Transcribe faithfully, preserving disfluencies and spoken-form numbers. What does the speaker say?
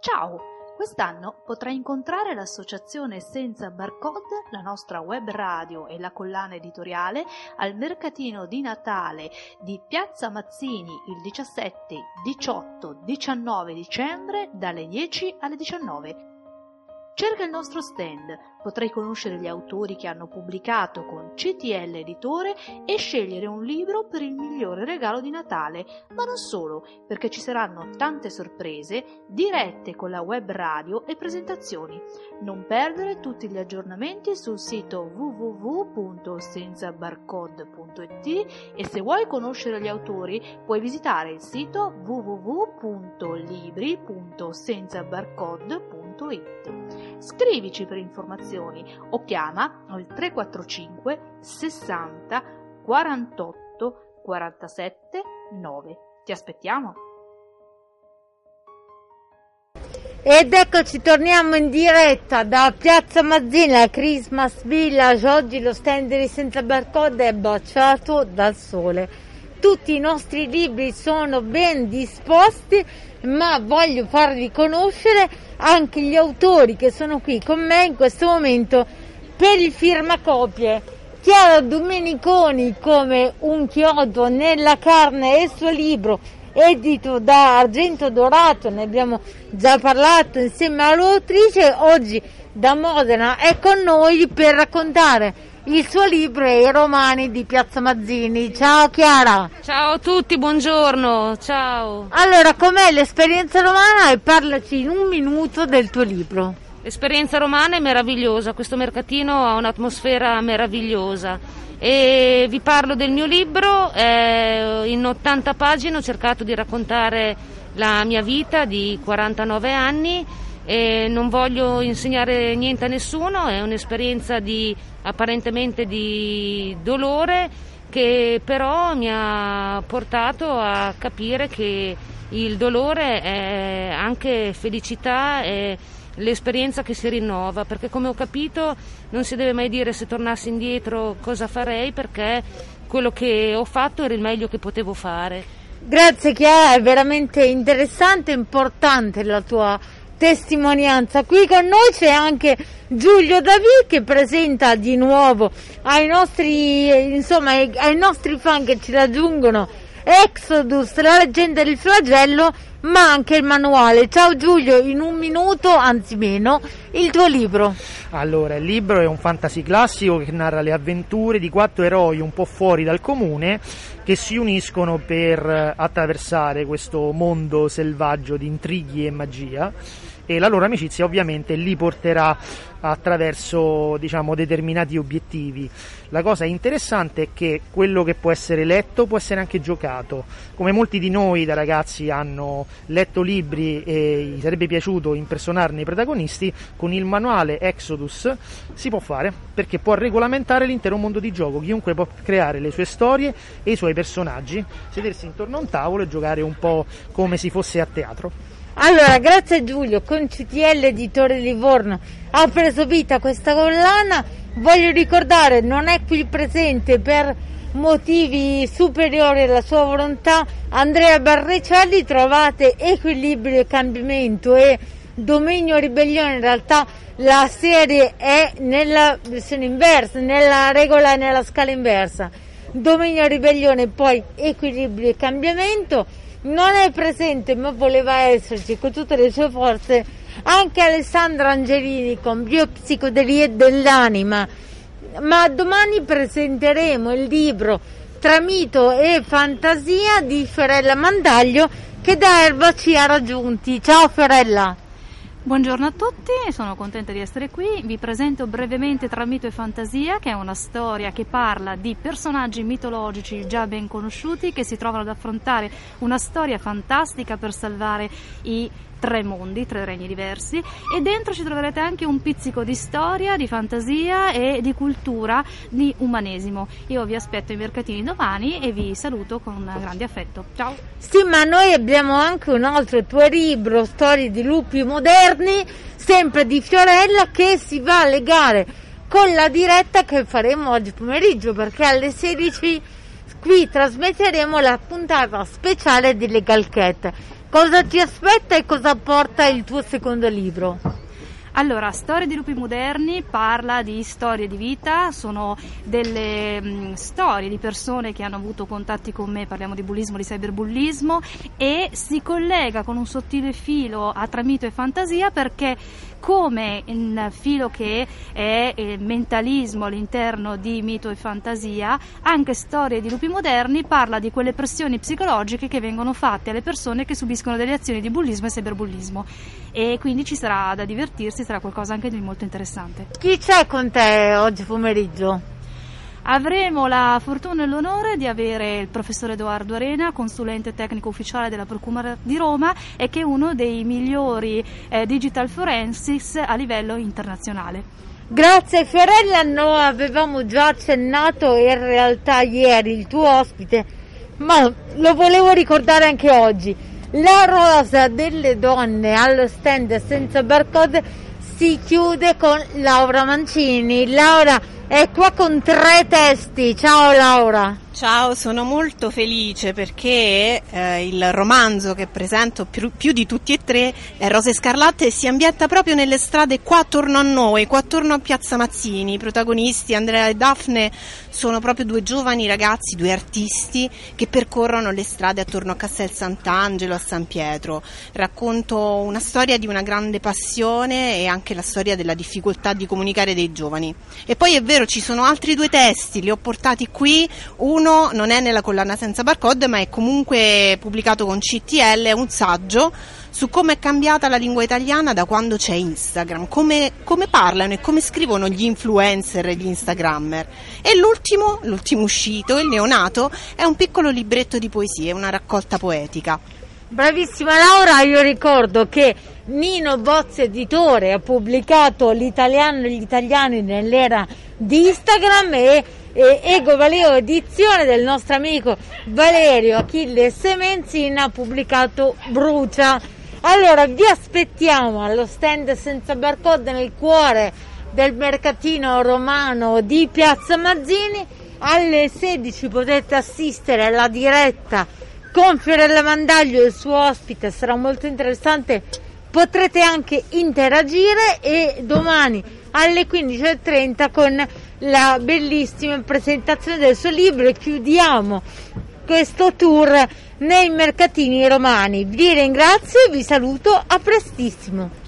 Ciao! Quest'anno potrai incontrare l'associazione Senza Barcode, la nostra web radio e la collana editoriale al mercatino di Natale di Piazza Mazzini il diciassette, diciotto, diciannove dicembre dalle dieci alle diciannove. Cerca il nostro stand, potrai conoscere gli autori che hanno pubblicato con C T L Editore e scegliere un libro per il migliore regalo di Natale, ma non solo, perché ci saranno tante sorprese, dirette con la web radio e presentazioni. Non perdere tutti gli aggiornamenti sul sito w w w punto senza barcode punto i t e se vuoi conoscere gli autori puoi visitare il sito w w w punto libri punto senza barcode punto i t. Scrivici per informazioni o chiama al tre quattro cinque sessanta quarantotto quarantasette nove. Ti aspettiamo! Ed eccoci, torniamo in diretta da Piazza Mazzini al Christmas Village. Oggi lo stand di Senza Barcode è baciato dal sole. Tutti i nostri libri sono ben disposti, ma voglio farvi conoscere anche gli autori che sono qui con me in questo momento per il firmacopie. Chiara Domeniconi come Un chiodo nella carne è il suo libro edito da Argento Dorato, ne abbiamo già parlato insieme all'autrice. Oggi da Modena è con noi per raccontare il suo libro e i romani di Piazza Mazzini. Ciao Chiara. Ciao a tutti, buongiorno, ciao. Allora, com'è l'esperienza romana e parlaci in un minuto del tuo libro. L'esperienza romana è meravigliosa, questo mercatino ha un'atmosfera meravigliosa e vi parlo del mio libro. Eh, in ottanta pagine ho cercato di raccontare la mia vita di quarantanove anni e non voglio insegnare niente a nessuno, è un'esperienza di apparentemente di dolore che però mi ha portato a capire che il dolore è anche felicità, è l'esperienza che si rinnova, perché come ho capito non si deve mai dire se tornassi indietro cosa farei, perché quello che ho fatto era il meglio che potevo fare. Grazie Chiara, è veramente interessante e importante la tua testimonianza. Qui con noi c'è anche Giulio Davì che presenta di nuovo ai nostri, insomma, ai nostri fan che ci raggiungono Exodus, la leggenda del flagello, ma anche il manuale. Ciao Giulio, in un minuto, anzi meno, il tuo libro. Allora, il libro è un fantasy classico che narra le avventure di quattro eroi un po' fuori dal comune che si uniscono per attraversare questo mondo selvaggio di intrighi e magia, e la loro amicizia ovviamente li porterà attraverso, diciamo, determinati obiettivi. La cosa interessante è che quello che può essere letto può essere anche giocato. Come molti di noi da ragazzi hanno letto libri e gli sarebbe piaciuto impersonarne i protagonisti, con il manuale Exodus si può fare, perché può regolamentare l'intero mondo di gioco. Chiunque può creare le sue storie e i suoi personaggi, sedersi intorno a un tavolo e giocare un po' come si fosse a teatro. Allora, grazie Giulio, con C T L Editore Livorno ha preso vita questa collana. Voglio ricordare, non è qui presente per motivi superiori alla sua volontà, Andrea Barricelli. Trovate Equilibrio e Cambiamento e Dominio Ribellione. In realtà la serie è nella versione inversa, nella regola e nella scala inversa. Dominio Ribellione, poi Equilibrio e Cambiamento. Non è presente, ma voleva esserci con tutte le sue forze, anche Alessandra Angelini con Biopsicodelie dell'anima. Ma domani presenteremo il libro Tra mito e fantasia di Fiorella Mandaglio, che da Erba ci ha raggiunti. Ciao Fiorella. Buongiorno a tutti, sono contenta di essere qui. Vi presento brevemente Tra mito e fantasia, che è una storia che parla di personaggi mitologici già ben conosciuti che si trovano ad affrontare una storia fantastica per salvare i tre mondi, tre regni diversi, e dentro ci troverete anche un pizzico di storia, di fantasia e di cultura, di umanesimo. Io vi aspetto ai mercatini domani e vi saluto con grande affetto. Ciao! Sì, ma noi abbiamo anche un altro tuo libro, Storie di lupi moderni, sempre di Fiorella, che si va a legare con la diretta che faremo oggi pomeriggio, perché alle sedici qui trasmetteremo la puntata speciale di Legal Cat. Cosa ti aspetta e cosa porta il tuo secondo libro? Allora, Storie di lupi moderni parla di storie di vita, sono delle mh, storie di persone che hanno avuto contatti con me, parliamo di bullismo, di cyberbullismo, e si collega con un sottile filo a tra mito e fantasia, perché come il filo che è il mentalismo all'interno di mito e fantasia, anche Storie di lupi moderni parla di quelle pressioni psicologiche che vengono fatte alle persone che subiscono delle azioni di bullismo e cyberbullismo, e quindi ci sarà da divertirsi, sarà qualcosa anche di molto interessante. Chi c'è con te oggi pomeriggio? Avremo la fortuna e l'onore di avere il professor Edoardo Arena, consulente tecnico ufficiale della Procura di Roma e che è uno dei migliori eh, digital forensics a livello internazionale. Grazie Fiorella, noi avevamo già accennato in realtà ieri il tuo ospite, ma lo volevo ricordare anche oggi. La rosa delle donne allo stand senza barcode si chiude con Laura Mancini. Laura è qua con tre testi. Ciao Laura. Ciao, sono molto felice perché eh, il romanzo che presento più, più di tutti e tre è Rose Scarlatte e si ambienta proprio nelle strade qua attorno a noi, qua attorno a Piazza Mazzini. I protagonisti, Andrea e Daphne, sono proprio due giovani ragazzi, due artisti che percorrono le strade attorno a Castel Sant'Angelo, a San Pietro. Racconto una storia di una grande passione e anche la storia della difficoltà di comunicare dei giovani. E poi è vero, ci sono altri due testi, li ho portati qui. Uno non è nella collana senza barcode, ma è comunque pubblicato con C T L, è un saggio su come è cambiata la lingua italiana da quando c'è Instagram, come, come parlano e come scrivono gli influencer e gli instagrammer. E l'ultimo, l'ultimo uscito, il neonato, è un piccolo libretto di poesie, una raccolta poetica. Bravissima Laura, io ricordo che Nino Bozzi Editore ha pubblicato L'italiano e gli italiani nell'era di Instagram e E Ego Valeo Edizione del nostro amico Valerio Achille Semenzin ha pubblicato Brucia. Allora vi aspettiamo allo stand senza barcode nel cuore del mercatino romano di Piazza Mazzini. Alle sedici potete assistere alla diretta con Fiorella Mandaglio e il suo ospite, sarà molto interessante, potrete anche interagire, e domani alle quindici e trenta con la bellissima presentazione del suo libro, e chiudiamo questo tour nei mercatini romani. Vi ringrazio e vi saluto, a prestissimo.